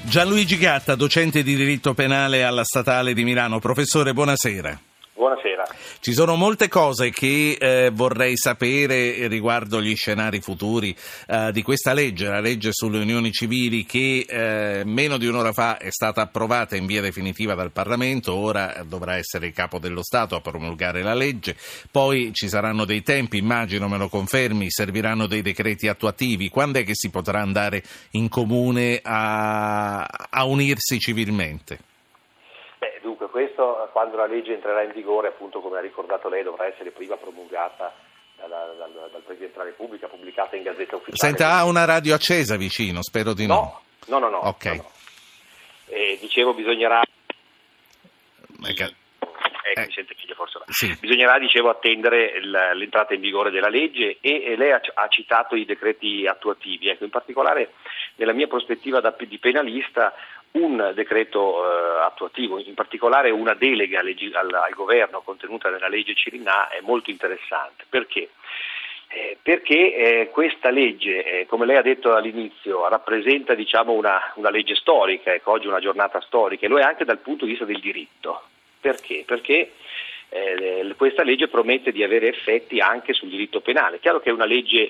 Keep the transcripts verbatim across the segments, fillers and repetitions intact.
Gianluigi Gatta, docente di diritto penale alla Statale di Milano. Professore, buonasera. Buonasera. Ci sono molte cose che eh, vorrei sapere riguardo gli scenari futuri eh, di questa legge, la legge sulle unioni civili che eh, meno di un'ora fa è stata approvata in via definitiva dal Parlamento, ora dovrà essere il Capo dello Stato a promulgare la legge, poi ci saranno dei tempi, immagino me lo confermi, serviranno dei decreti attuativi. Quando è che si potrà andare in comune a, a unirsi civilmente? Dunque, questo quando la legge entrerà in vigore, appunto come ha ricordato lei, dovrà essere prima promulgata dal, dal, dal Presidente della Repubblica, pubblicata in Gazzetta Ufficiale. Senta, ha una radio accesa vicino? Spero di no. No, no, no. no, ok. no, no. Eh, dicevo, bisognerà... Ecco. Ecco, Eh, mi sente meglio forse. sì. Bisognerà, dicevo, attendere l'entrata in vigore della legge e, e lei ha, ha citato i decreti attuativi. Ecco, in particolare nella mia prospettiva da, di penalista un decreto eh, attuativo, in particolare una delega leggi, al, al governo contenuta nella legge Cirinnà è molto interessante. Perché? Eh, perché eh, questa legge, eh, come lei ha detto all'inizio, rappresenta diciamo una, una legge storica, ecco, oggi è una giornata storica, e lo è anche dal punto di vista del diritto. Perché? Perché eh, questa legge promette di avere effetti anche sul diritto penale. Chiaro che è una legge...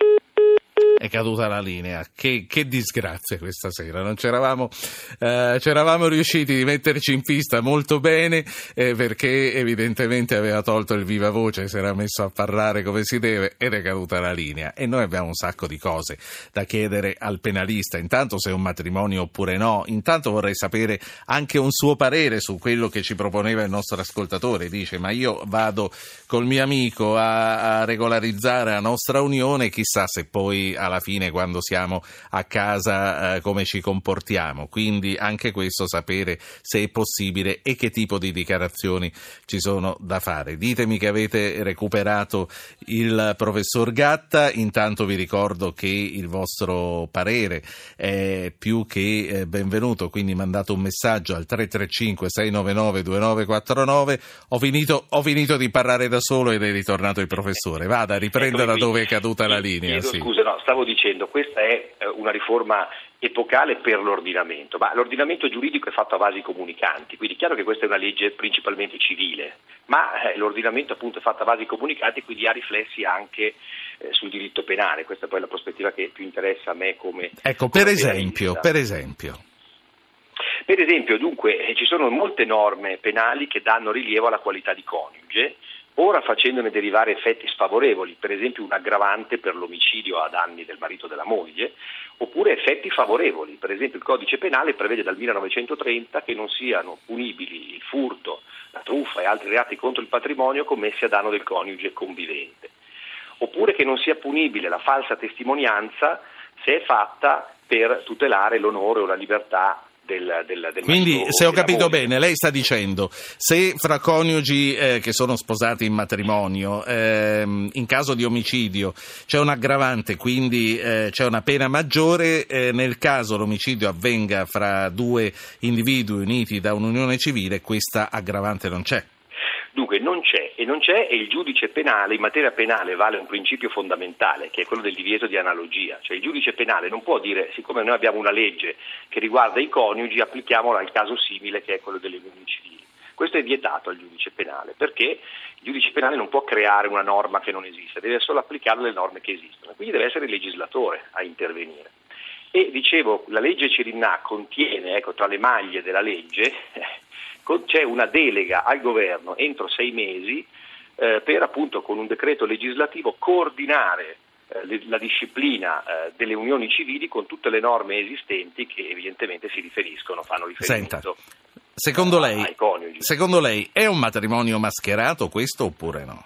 È caduta la linea, che, che disgrazia questa sera, non c'eravamo, eh, c'eravamo riusciti di metterci in pista molto bene eh, perché evidentemente aveva tolto il viva voce, si era messo a parlare come si deve ed è caduta la linea e noi abbiamo un sacco di cose da chiedere al penalista, intanto se è un matrimonio oppure no, intanto vorrei sapere anche un suo parere su quello che ci proponeva il nostro ascoltatore, dice ma io vado col mio amico a, a regolarizzare la nostra unione, chissà se poi alla fine quando siamo a casa eh, come ci comportiamo, quindi anche questo sapere se è possibile e che tipo di dichiarazioni ci sono da fare. Ditemi che avete recuperato il professor Gatta, intanto vi ricordo che il vostro parere è più che eh, benvenuto, quindi mandate un messaggio al tre tre cinque sei nove nove due nove quattro nove. Ho finito, ho finito di parlare da solo ed è ritornato il professore, vada, riprenda da dove è caduta la linea. Chiedo sì. Scusa, no, stavo dicendo, questa è una riforma epocale per l'ordinamento, ma l'ordinamento giuridico è fatto a vasi comunicanti, quindi è chiaro che questa è una legge principalmente civile, ma eh, l'ordinamento appunto è fatto a vasi comunicanti, quindi ha riflessi anche eh, sul diritto penale. Questa è poi la prospettiva che più interessa a me come... Ecco, per come esempio, per esempio... Per esempio, dunque, eh, ci sono molte norme penali che danno rilievo alla qualità di coniuge, ora facendone derivare effetti sfavorevoli, per esempio un aggravante per l'omicidio a danni del marito o della moglie, oppure effetti favorevoli, per esempio il codice penale prevede dal millenovecentotrenta che non siano punibili il furto, la truffa e altri reati contro il patrimonio commessi a danno del coniuge convivente, oppure che non sia punibile la falsa testimonianza se è fatta per tutelare l'onore o la libertà Del, del, del Quindi, se ho capito moglie. bene, lei sta dicendo se fra coniugi eh, che sono sposati in matrimonio, ehm, in caso di omicidio c'è un aggravante, quindi eh, c'è una pena maggiore, eh, nel caso l'omicidio avvenga fra due individui uniti da un'unione civile, questa aggravante non c'è. Dunque non c'è, e non c'è e il giudice penale, in materia penale vale un principio fondamentale che è quello del divieto di analogia, cioè il giudice penale non può dire siccome noi abbiamo una legge che riguarda i coniugi applichiamola al caso simile che è quello delle unioni civili. Questo è vietato al giudice penale perché il giudice penale non può creare una norma che non esiste, deve solo applicare le norme che esistono, quindi deve essere il legislatore a intervenire. E dicevo, la legge Cirinnà contiene, ecco, tra le maglie della legge c'è una delega al governo entro sei mesi eh, per appunto con un decreto legislativo coordinare eh, le, la disciplina eh, delle unioni civili con tutte le norme esistenti che evidentemente si riferiscono, fanno riferimento Senta, secondo lei, ai coniugi. Secondo lei è un matrimonio mascherato questo oppure no?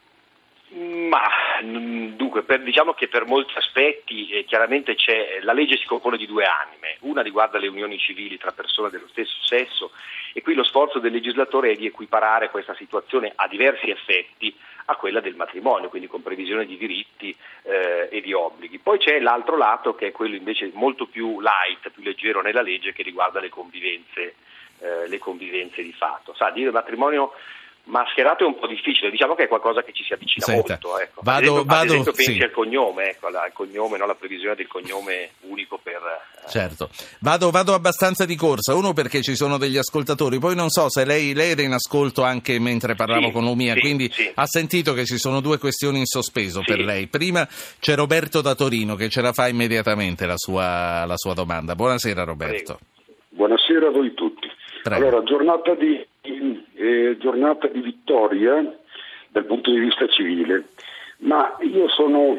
Ma dunque, per, diciamo che per molti aspetti eh, chiaramente c'è, la legge si compone di due anime, una riguarda le unioni civili tra persone dello stesso sesso e qui lo sforzo del legislatore è di equiparare questa situazione a diversi effetti a quella del matrimonio, quindi con previsione di diritti eh, e di obblighi. Poi c'è l'altro lato che è quello invece molto più light, più leggero nella legge che riguarda le convivenze, eh, le convivenze di fatto. Sa, dire matrimonio mascherato è un po' difficile, diciamo che è qualcosa che ci si avvicina Senta, molto. Ecco. Vado, ad esempio, vado, ad esempio pensi sì. al cognome, ecco, al cognome, no? La previsione del cognome unico per... Eh. Certo, vado, vado abbastanza di corsa, uno perché ci sono degli ascoltatori, poi non so se lei, lei era in ascolto anche mentre parlavo sì, con Lumia, sì, quindi sì. ha sentito che ci sono due questioni in sospeso Sì. per lei. Prima c'è Roberto da Torino che ce la fa immediatamente la sua, la sua domanda. Buonasera Roberto. Prego. Buonasera a voi tutti. Prego. Allora, giornata di, eh, giornata di vittoria dal punto di vista civile, ma io sono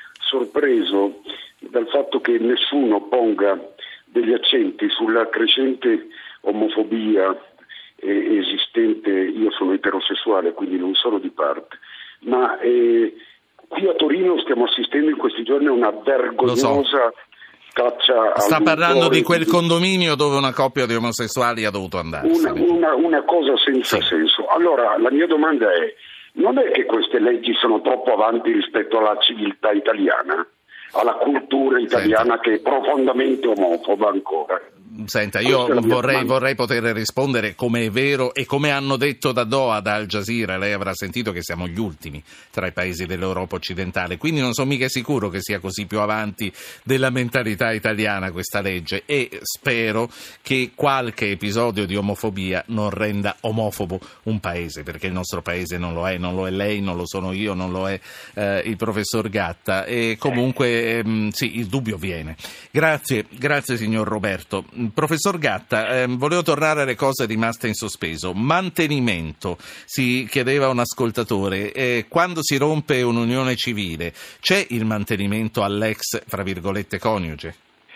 sorpreso dal fatto che nessuno ponga degli accenti sulla crescente omofobia eh, esistente. Io sono eterosessuale, quindi non sono di parte, ma eh, qui a Torino stiamo assistendo in questi giorni a una vergognosa caccia. Sta parlando di quel di... condominio dove una coppia di omosessuali ha dovuto andarsene. Una, una, una cosa senza sì. senso. Allora, la mia domanda è: non è che queste leggi sono troppo avanti rispetto alla civiltà italiana, alla cultura italiana? Senta. Che è profondamente omofoba ancora? Senta, io vorrei, vorrei poter rispondere come è vero e come hanno detto da Doha, da Al Jazeera. Lei avrà sentito che siamo gli ultimi tra i paesi dell'Europa occidentale, quindi non sono mica sicuro che sia così più avanti della mentalità italiana questa legge, e spero che qualche episodio di omofobia non renda omofobo un paese, perché il nostro paese non lo è, non lo è lei, non lo sono io, non lo è eh, il professor Gatta, e comunque ehm, sì, il dubbio viene. Grazie, grazie signor Roberto. Professor Gatta, eh, volevo tornare alle cose rimaste in sospeso. Mantenimento, si chiedeva un ascoltatore, eh, quando si rompe un'unione civile c'è il mantenimento all'ex, fra virgolette, coniuge?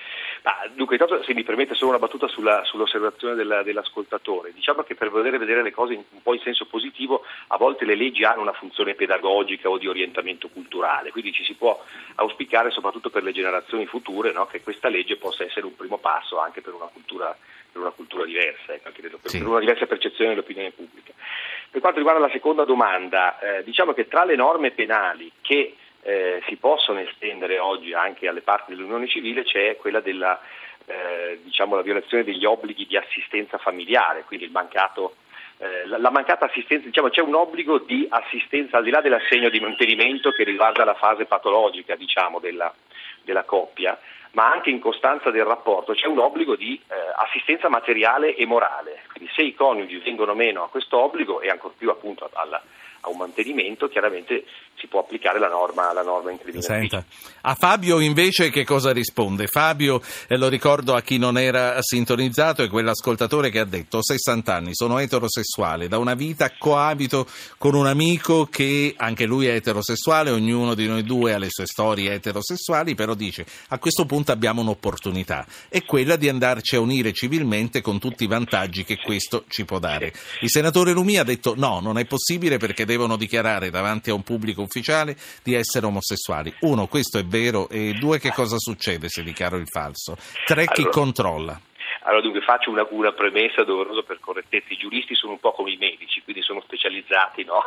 Ah, dunque, intanto, se mi permette solo una battuta sulla, sull'osservazione della, dell'ascoltatore. Diciamo che per voler vedere le cose in, un po' in senso positivo, a volte le leggi hanno una funzione pedagogica o di orientamento culturale, quindi ci si può auspicare, soprattutto per le generazioni future, no, che questa legge possa essere un primo passo anche per una cultura, per una cultura diversa, ecco, anche per, sì. per una diversa percezione dell'opinione pubblica. Per quanto riguarda la seconda domanda, eh, diciamo che tra le norme penali che Eh, si possono estendere oggi anche alle parti dell'unione civile c'è quella della eh, diciamo la violazione degli obblighi di assistenza familiare, quindi il mancato eh, la, la mancata assistenza, diciamo c'è un obbligo di assistenza al di là dell'assegno di mantenimento che riguarda la fase patologica, diciamo, della, della coppia, ma anche in costanza del rapporto c'è un obbligo di eh, assistenza materiale e morale, quindi se i coniugi vengono meno a questo obbligo e ancor più appunto alla a un mantenimento, chiaramente si può applicare la norma, la norma incriminatrice. Senta, a Fabio invece che cosa risponde? Fabio, eh, lo ricordo a chi non era sintonizzato, è quell'ascoltatore che ha detto: ho sessanta anni, sono eterosessuale, da una vita coabito con un amico che anche lui è eterosessuale, ognuno di noi due ha le sue storie eterosessuali, però dice a questo punto abbiamo un'opportunità, è quella di andarci a unire civilmente con tutti i vantaggi che questo ci può dare. Il senatore Lumia ha detto no, non è possibile perché devono dichiarare davanti a un pubblico ufficiale di essere omosessuali. Uno, questo è vero, e due, che cosa succede se dichiaro il falso? Tre, chi allora, controlla? Allora dunque faccio una, una premessa doverosa per correttezza. I giuristi sono un po' come i medici, quindi sono specializzati, no?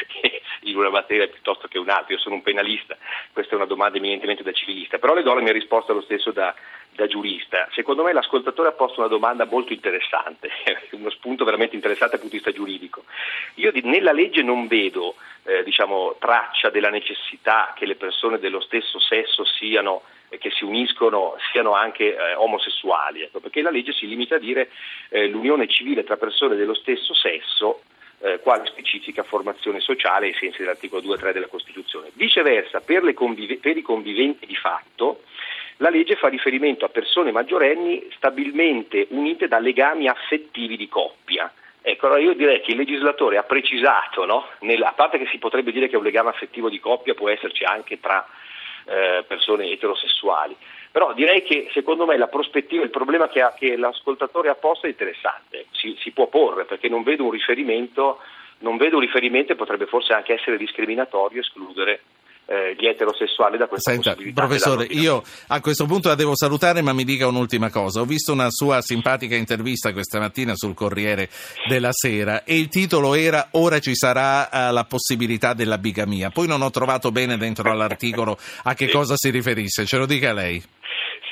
in una materia piuttosto che un'altra. Io sono un penalista, questa è una domanda eminentemente da civilista, però le do la mia risposta lo stesso da, da giurista. Secondo me l'ascoltatore ha posto una domanda molto interessante, uno spunto veramente interessante dal punto di vista giuridico. Io di, nella legge non vedo eh, diciamo, traccia della necessità che le persone dello stesso sesso siano che si uniscono siano anche eh, omosessuali, ecco, perché la legge si limita a dire eh, l'unione civile tra persone dello stesso sesso eh, quale specifica formazione sociale ai sensi dell'articolo due e tre della Costituzione. Viceversa, per, le convive- per i conviventi di fatto, la legge fa riferimento a persone maggiorenni stabilmente unite da legami affettivi di coppia. Ecco, allora io direi che il legislatore ha precisato, no? Nella, a parte che si potrebbe dire che un legame affettivo di coppia può esserci anche tra Eh, persone eterosessuali, però direi che secondo me la prospettiva, il problema che, ha, che l'ascoltatore ha posto è interessante, si, si può porre, perché non vedo un riferimento non vedo un riferimento e potrebbe forse anche essere discriminatorio escludere eh, gli eterosessuali da questa Senta, possibilità. professore, io a questo punto la devo salutare, ma mi dica un'ultima cosa. Ho visto una sua simpatica intervista questa mattina sul Corriere della Sera e il titolo era "Ora ci sarà uh, la possibilità della bigamia". Poi non ho trovato bene dentro all'articolo a che sì. cosa si riferisse, ce lo dica lei. Sì, dunque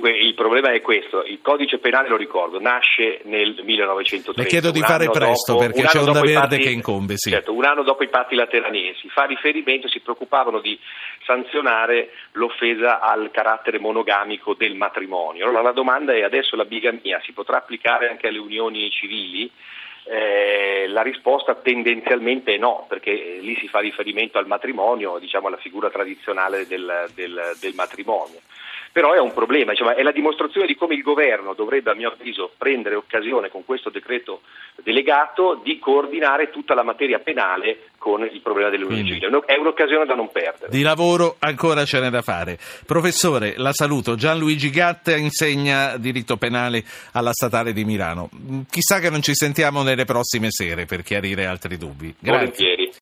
Dunque il problema è questo, il codice penale, lo ricordo, nasce nel millenovecentotredici. Le chiedo di fare presto dopo, perché c'è Onda Verde patti, che incombe. Sì. Certo, un anno dopo i patti lateranensi, fa riferimento, si preoccupavano di sanzionare l'offesa al carattere monogamico del matrimonio. Allora la domanda è: adesso la bigamia si potrà applicare anche alle unioni civili? Eh, la risposta tendenzialmente è no, perché lì si fa riferimento al matrimonio, diciamo alla figura tradizionale del, del, del matrimonio. Però è un problema, diciamo, è la dimostrazione di come il governo dovrebbe, a mio avviso, prendere occasione con questo decreto delegato di coordinare tutta la materia penale con il problema delle unioni civili. È un'occasione da non perdere. Di lavoro ancora ce n'è da fare. Professore, la saluto. Gianluigi Gatta insegna diritto penale alla Statale di Milano. Chissà che non ci sentiamo nelle prossime sere per chiarire altri dubbi. Grazie. Volentieri.